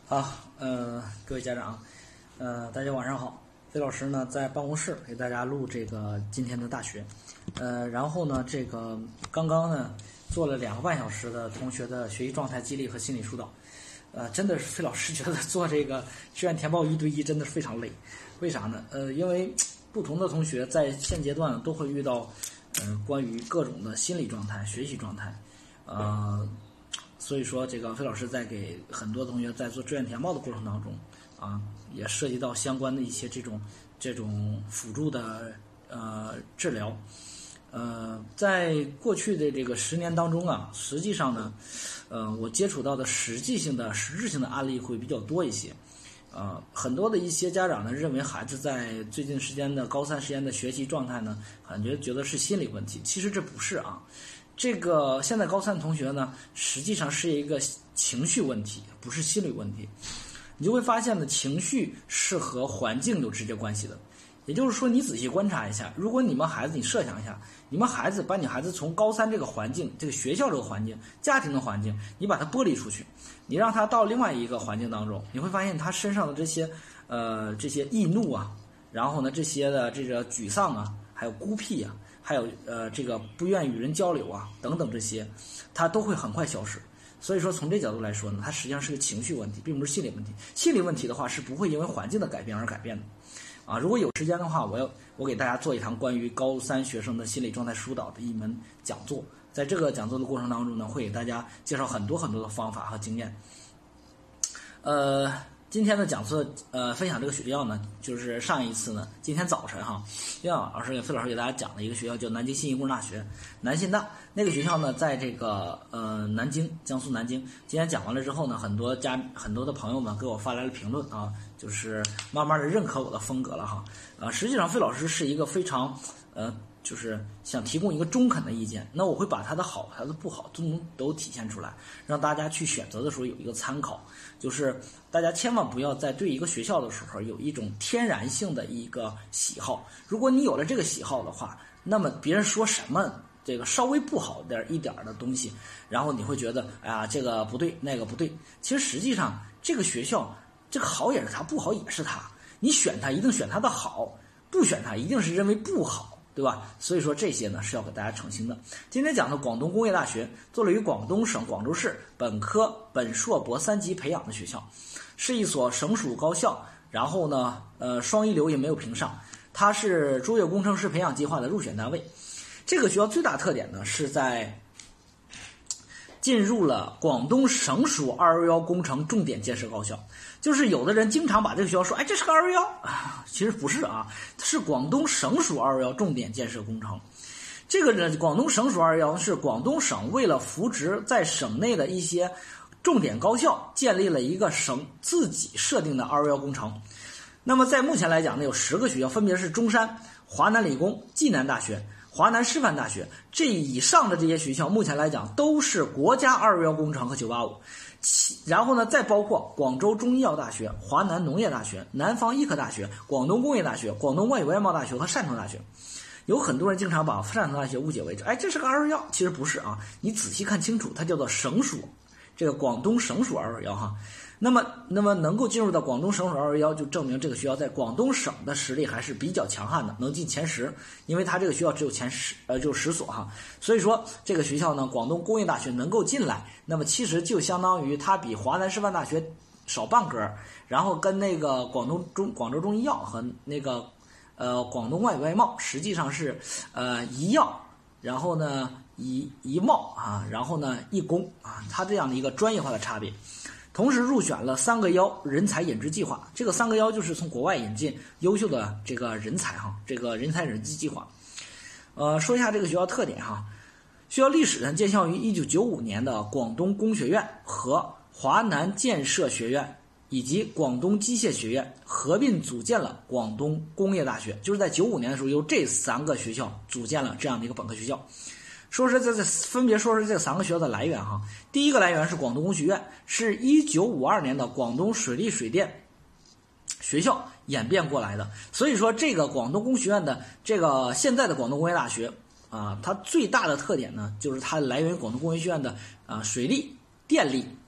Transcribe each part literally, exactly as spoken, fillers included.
好，呃，各位家长，呃，大家晚上好。费老师呢在办公室给大家录这个今天的大学，呃，然后呢，这个刚刚呢做了两个半小时的同学的学习状态激励和心理疏导，呃，真的是费老师觉得做这个志愿填报一对一真的是非常累，为啥呢？呃，因为不同的同学在现阶段都会遇到，嗯、呃，关于各种的心理状态、学习状态，呃。所以说，这个费老师在给很多同学在做志愿填报的过程当中，啊，也涉及到相关的一些这种这种辅助的呃治疗，呃，在过去的这个十年当中啊，实际上呢，呃，我接触到的实际性的实质性的案例会比较多一些，呃，很多的一些家长呢认为孩子在最近时间的高三时间的学习状态呢，感觉觉得是心理问题，其实这不是啊。这个现在高三同学呢，实际上是一个情绪问题，不是心理问题。你就会发现呢，情绪是和环境有直接关系的。也就是说，你仔细观察一下，如果你们孩子，你设想一下，你们孩子把你孩子从高三这个环境、这个学校这个环境、家庭的环境，你把他剥离出去，你让他到另外一个环境当中，你会发现他身上的这些呃这些易怒啊，然后呢这些的这个沮丧啊，还有孤僻啊。还有呃，这个不愿与人交流啊，等等这些，它都会很快消失。所以说，从这角度来说呢，它实际上是个情绪问题，并不是心理问题。心理问题的话，是不会因为环境的改变而改变的。啊，如果有时间的话，我要我给大家做一堂关于高三学生的心理状态疏导的一门讲座。在这个讲座的过程当中呢，会给大家介绍很多很多的方法和经验。呃。今天的讲座，呃，分享这个学校呢，就是上一次呢，今天早晨哈，叶老师、费老师给大家讲了一个学校，叫南京信息工程大学，南信大。那个学校呢，在这个呃南京，江苏南京。今天讲完了之后呢，很多家很多的朋友们给我发来了评论啊，就是慢慢的认可我的风格了哈。呃，实际上费老师是一个非常呃。就是想提供一个中肯的意见，那我会把他的好、他的不好都都体现出来，让大家去选择的时候有一个参考。就是大家千万不要在对一个学校的时候有一种天然性的一个喜好。如果你有了这个喜好的话，那么别人说什么这个稍微不好点一点的东西，然后你会觉得哎呀这个不对那个不对。其实实际上这个学校这个好也是他，不好也是他。你选他一定选他的好，不选他一定是认为不好。对吧？所以说这些呢是要给大家澄清的。今天讲的广东工业大学，作为于广东省广州市本科、本硕、博三级培养的学校，是一所省属高校。然后呢，呃，双一流也没有评上，它是卓越工程师培养计划的入选单位。这个学校最大特点呢是在进入了广东省属二幺幺工程重点建设高校。就是有的人经常把这个学校说，哎，这是个二幺幺，其实不是啊，是广东省属二幺幺重点建设工程。这个呢，广东省属二幺幺是广东省为了扶植在省内的一些重点高校，建立了一个省自己设定的二幺幺工程。那么在目前来讲呢，有十个学校，分别是中山、华南理工、暨南大学、华南师范大学，这以上的这些学校，目前来讲都是国家二幺幺工程和九八五。然后呢，再包括广州中医药大学、华南农业大学、南方医科大学、广东工业大学、广东外语外贸大学和汕头大学。有很多人经常把汕头大学误解为哎，这是个二幺幺，其实不是啊，你仔细看清楚，它叫做省属，这个广东省属二幺幺哈。那么，那么能够进入到广东省属二幺幺，就证明这个学校在广东省的实力还是比较强悍的，能进前十。因为它这个学校只有前十，呃，就十所哈。所以说这个学校呢，广东工业大学能够进来，那么其实就相当于它比华南师范大学少半格，然后跟那个广东中广州中医药和那个呃广东外语外贸实际上是呃一药，然后呢一一贸啊，然后呢一工啊，它这样的一个专业化的差别。同时入选了三个幺人才引资计划，这个三个幺就是从国外引进优秀的这个人才哈，这个人才引资计划。呃，说一下这个学校特点哈，学校历史呢建校于一九九五年的广东工学院和华南建设学院以及广东机械学院合并组建了广东工业大学，就是在九五年的时候由这三个学校组建了这样的一个本科学校。说是这这分别说是这三个学校的来源哈。第一个来源是广东工学院，是一九五二年的广东水利水电学校演变过来的。所以说这个广东工学院的这个现在的广东工业大学啊，它最大的特点呢，就是它来源于广东工业学院的啊水利、电力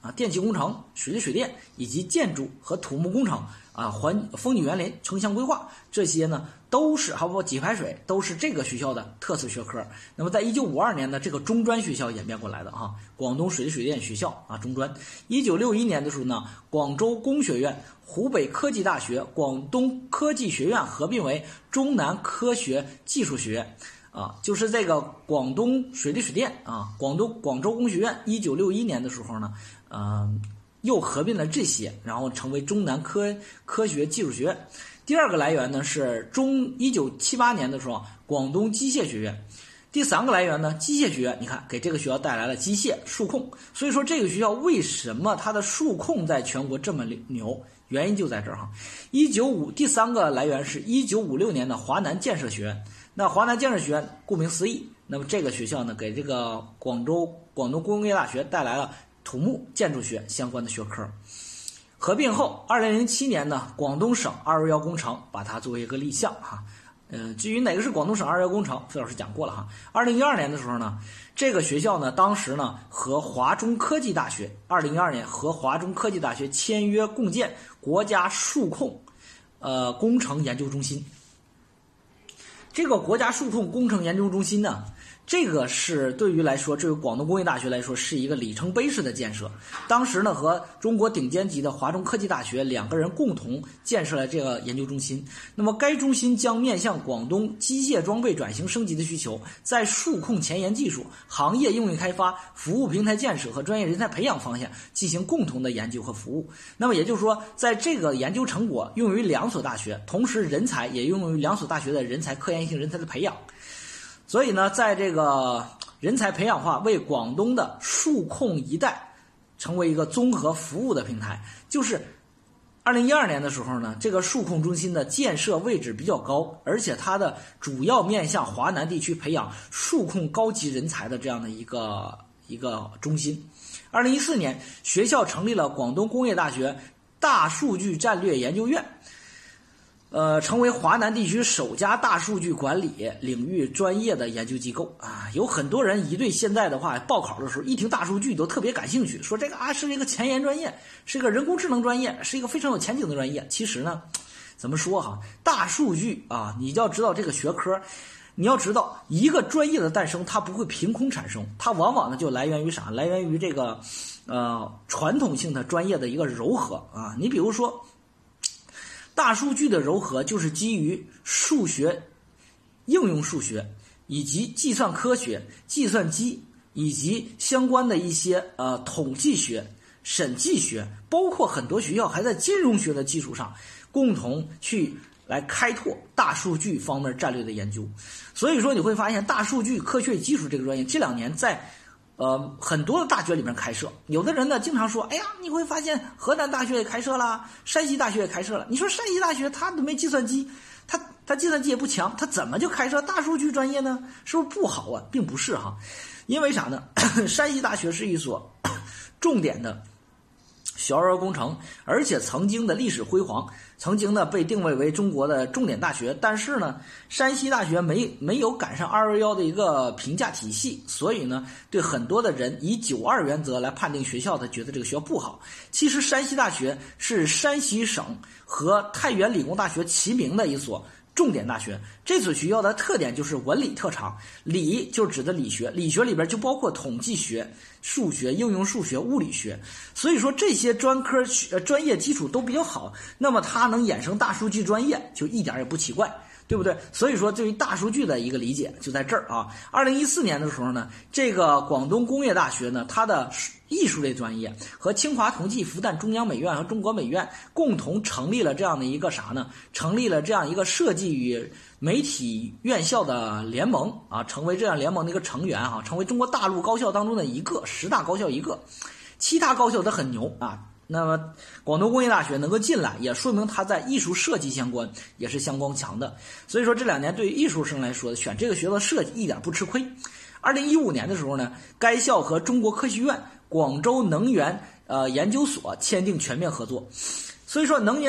啊、电气工程、水利水电以及建筑和土木工程啊、环风景园林、城乡规划这些呢，都是还包括给排水，都是这个学校的特色学科。那么在一九五二年呢，这个中专学校演变过来的哈，广东水利水电学校啊，中专。一九六一年的时候呢，广州工学院、湖北科技大学、广东科技学院合并为中南科学技术学院。啊，就是这个广东水利水电啊，广东广州工学院，一九六一年的时候呢，呃，又合并了这些，然后成为中南科科学技术学院。第二个来源呢是中一九七八年的时候，广东机械学院。第三个来源呢，机械学院，你看给这个学校带来了机械数控，所以说这个学校为什么它的数控在全国这么牛？原因就在这儿哈。一九五第三个来源是一九五六年的华南建设学院。那华南建设学院顾名思义，那么这个学校呢，给这个广州广东工业大学带来了土木建筑学相关的学科。合并后，二零零七年呢，广东省二一一工程把它作为一个立项哈。呃，至于哪个是广东省二一一工程，费老师讲过了哈。二零一二年的时候呢，这个学校呢，当时呢和华中科技大学，二零一二年和华中科技大学签约共建国家数控，呃工程研究中心。这个国家数控工程研究中心呢，这个是对于来说，对于广东工业大学来说是一个里程碑式的建设。当时呢，和中国顶尖级的华中科技大学两个人共同建设了这个研究中心。那么该中心将面向广东机械装备转型升级的需求，在数控前沿技术、行业应用开发、服务平台建设和专业人才培养方向进行共同的研究和服务。那么也就是说，在这个研究成果用于两所大学，同时人才也用于两所大学的人才科研性人才的培养。所以呢，在这个人才培养化，为广东的数控一带成为一个综合服务的平台。就是二零一二年的时候呢，这个数控中心的建设位置比较高，而且它的主要面向华南地区培养数控高级人才的这样的一个一个中心。二零一四年，学校成立了广东工业大学大数据战略研究院。呃，成为华南地区首家大数据管理领域专业的研究机构啊。有很多人一对现在的话报考的时候一听大数据都特别感兴趣，说这个啊是一个前沿专业，是一个人工智能专业，是一个非常有前景的专业。其实呢，怎么说哈，大数据啊，你要知道这个学科，你要知道一个专业的诞生，它不会凭空产生，它往往呢就来源于啥？来源于这个呃传统性的专业的一个糅合啊。你比如说。大数据的糅合就是基于数学、应用数学以及计算科学、计算机以及相关的一些呃统计学、审计学，包括很多学校还在金融学的基础上，共同去来开拓大数据方面战略的研究。所以说你会发现，大数据科学与技术这个专业这两年在呃，很多的大学里面开设，有的人呢经常说，哎呀，你会发现河南大学也开设了，山西大学也开设了。你说山西大学他都没计算机，他他计算机也不强，他怎么就开设大数据专业呢？是不是不好啊？并不是哈，因为啥呢？山西大学是一所重点的小儿工程，而且曾经的历史辉煌，曾经呢被定位为中国的重点大学，但是呢，山西大学没没有赶上二一一的一个评价体系，所以呢，对很多的人以九二原则来判定学校，他觉得这个学校不好。其实山西大学是山西省和太原理工大学齐名的一所重点大学。这所学校的特点就是文理特长，理就指的理学，理学里边就包括统计学、数学、应用数学、物理学，所以说这些专科呃专业基础都比较好，那么它能衍生大数据专业就一点也不奇怪，对不对？所以说对于大数据的一个理解就在这儿啊。二零一四年的时候呢，这个广东工业大学呢，它的艺术类专业和清华同济、复旦中央美院和中国美院共同成立了这样的一个啥呢？成立了这样一个设计与媒体院校的联盟啊，成为这样联盟的一个成员啊，成为中国大陆高校当中的一个十大高校一个，其他高校都很牛啊。那么广东工业大学能够进来，也说明它在艺术设计相关也是相当强的。所以说这两年对于艺术生来说，选这个学校的设计一点不吃亏。二零一五年的时候呢，该校和中国科学院、广州能源呃研究所签订全面合作。所以说能源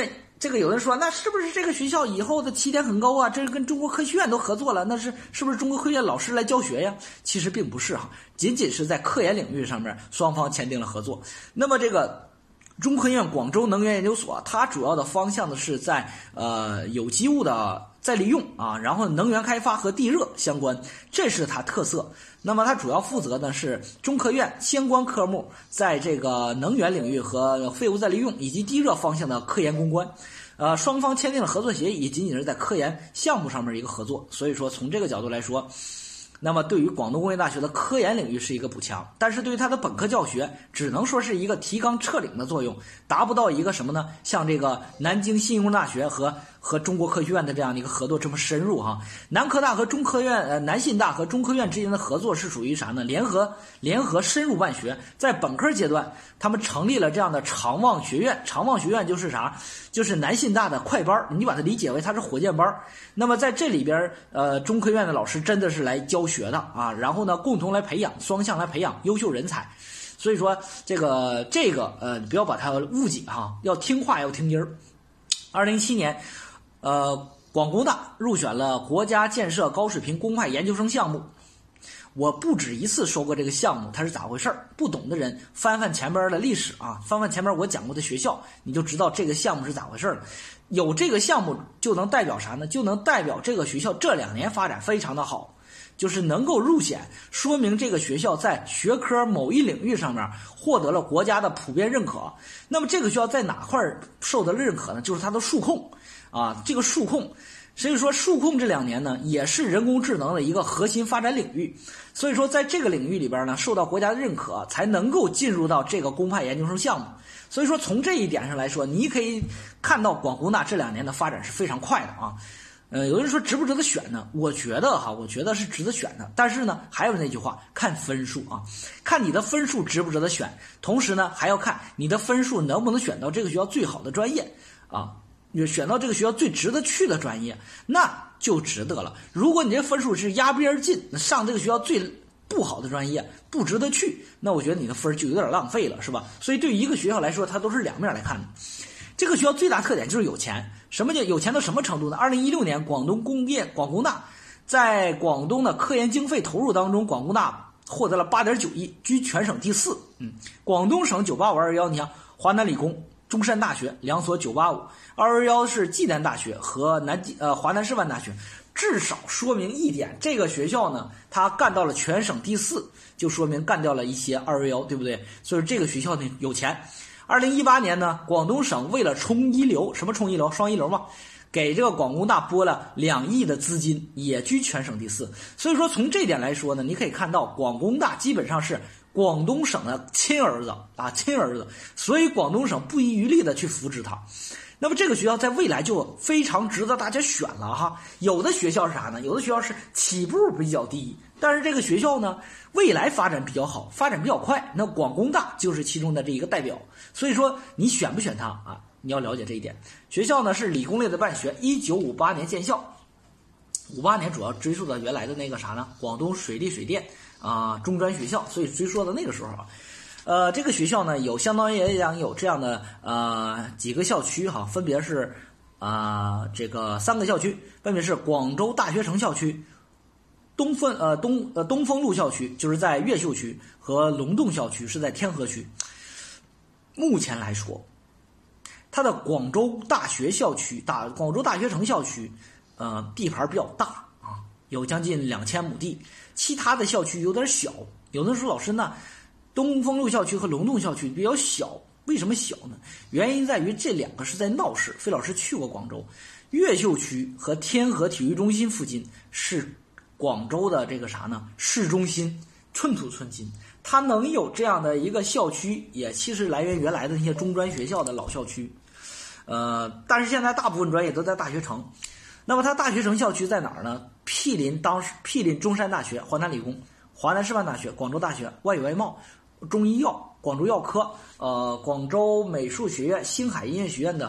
这个有人说，那是不是这个学校以后的起点很高啊？这是跟中国科学院都合作了，那是是不是中国科学院老师来教学呀？其实并不是哈，仅仅是在科研领域上面双方签订了合作。那么这个中科院广州能源研究所，它主要的方向的是在呃有机物的再利用啊，然后能源开发和地热相关，这是它特色。那么它主要负责的是中科院相关科目在这个能源领域和废物再利用以及地热方向的科研攻关。呃，双方签订了合作协议，仅仅是在科研项目上面一个合作。所以说从这个角度来说，那么对于广东工业大学的科研领域是一个补强，但是对于它的本科教学只能说是一个提纲挈领的作用，达不到一个什么呢？像这个南京信用大学和和中国科学院的这样的一个合作这么深入哈。南科大和中科院呃南信大和中科院之间的合作是属于啥呢？联合联合深入办学，在本科阶段他们成立了这样的长望学院，长望学院就是啥？就是南信大的快班，你把它理解为它是火箭班。那么在这里边呃中科院的老师真的是来教学的啊，然后呢共同来培养，双向来培养优秀人才。所以说这个这个呃不要把它误解哈，要听话要听音儿。二零一七年呃广工大入选了国家建设高水平公派研究生项目。我不止一次说过这个项目它是咋回事儿，不懂的人翻翻前边的历史啊，翻翻前边我讲过的学校，你就知道这个项目是咋回事了。有这个项目就能代表啥呢？就能代表这个学校这两年发展非常的好，就是能够入选，说明这个学校在学科某一领域上面获得了国家的普遍认可。那么这个学校在哪块受得了认可呢？就是它的数控啊，这个数控。所以说数控这两年呢也是人工智能的一个核心发展领域，所以说在这个领域里边呢受到国家的认可，才能够进入到这个公派研究生项目。所以说从这一点上来说，你可以看到广工大这两年的发展是非常快的啊。呃，有人说值不值得选呢？我觉得哈，我觉得是值得选的。但是呢，还有那句话，看分数啊，看你的分数值不值得选，同时呢还要看你的分数能不能选到这个学校最好的专业啊。你选到这个学校最值得去的专业，那就值得了。如果你这分数是压边而进，上这个学校最不好的专业不值得去，那我觉得你的分就有点浪费了，是吧？所以对于一个学校来说，它都是两面来看的。这个学校最大特点就是有钱。什么叫有钱到什么程度呢？二零一六年广东工业广工大在广东的科研经费投入当中，广工大获得了 八点九亿，居全省第四。嗯，广东省九八五二幺，你看华南理工、中山大学两所九八五，二二幺是暨南大学和南呃华南师范大学，至少说明一点，这个学校呢，它干到了全省第四，就说明干掉了一些二二幺，对不对？所以这个学校呢有钱。二零一八年呢，广东省为了冲一流，什么冲一流？双一流嘛，给这个广工大拨了两亿的资金，也居全省第四。所以说从这点来说呢，你可以看到广工大基本上是广东省的亲儿子啊，亲儿子，所以广东省不遗余力的去扶持它。那么这个学校在未来就非常值得大家选了哈。有的学校是啥呢？有的学校是起步比较低，但是这个学校呢，未来发展比较好，发展比较快。那广工大就是其中的这一个代表。所以说你选不选它啊？你要了解这一点。学校呢是理工类的办学，一九五八年建校。五八年主要追溯到原来的那个啥呢？广东水利水电啊、呃、中专学校，所以追溯到那个时候啊。呃，这个学校呢有相当于讲有这样的呃几个校区哈，分别是啊、呃、这个三个校区，分别是广州大学城校区、东风呃东呃东风路校区，就是在越秀区，和龙洞校区是在天河区。目前来说，它的广州大学校区大广州大学城校区，呃地盘比较大啊，有将近两千亩地，其他的校区有点小。有的时候老师呢，东风路校区和龙洞校区比较小，为什么小呢？原因在于这两个是在闹市。费老师去过广州，越秀区和天河体育中心附近是广州的这个啥呢？市中心，寸土寸金。它能有这样的一个校区，也其实来源原来的那些中专学校的老校区。呃，但是现在大部分专业都在大学城。那么它大学城校区在哪儿呢？毗邻当时毗邻中山大学、华南理工、华南师范大学、广州大学、外语外贸、中医药、广州药科、呃广州美术学院、星海音乐学院的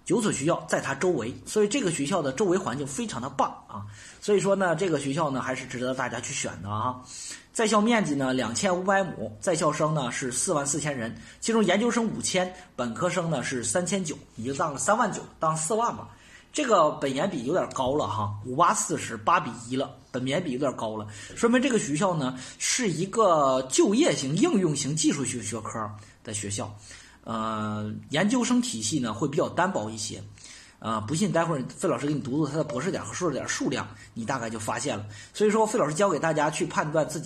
九所学校在它周围，所以这个学校的周围环境非常的棒啊。所以说呢，这个学校呢还是值得大家去选的啊。在校面积呢两千五百亩，在校生呢是四万四千人，其中研究生五千，本科生呢是三千九，已经当了三万九，当四万吧。这个本研比有点高了哈，五八四十八比一了，本研比有点高了，说明这个学校呢是一个就业型、应用型技术学学科的学校，呃，研究生体系呢会比较单薄一些。啊、呃，不信，待会儿费老师给你读读他的博士点和硕士点数量，你大概就发现了。所以说，费老师教给大家去判断自己。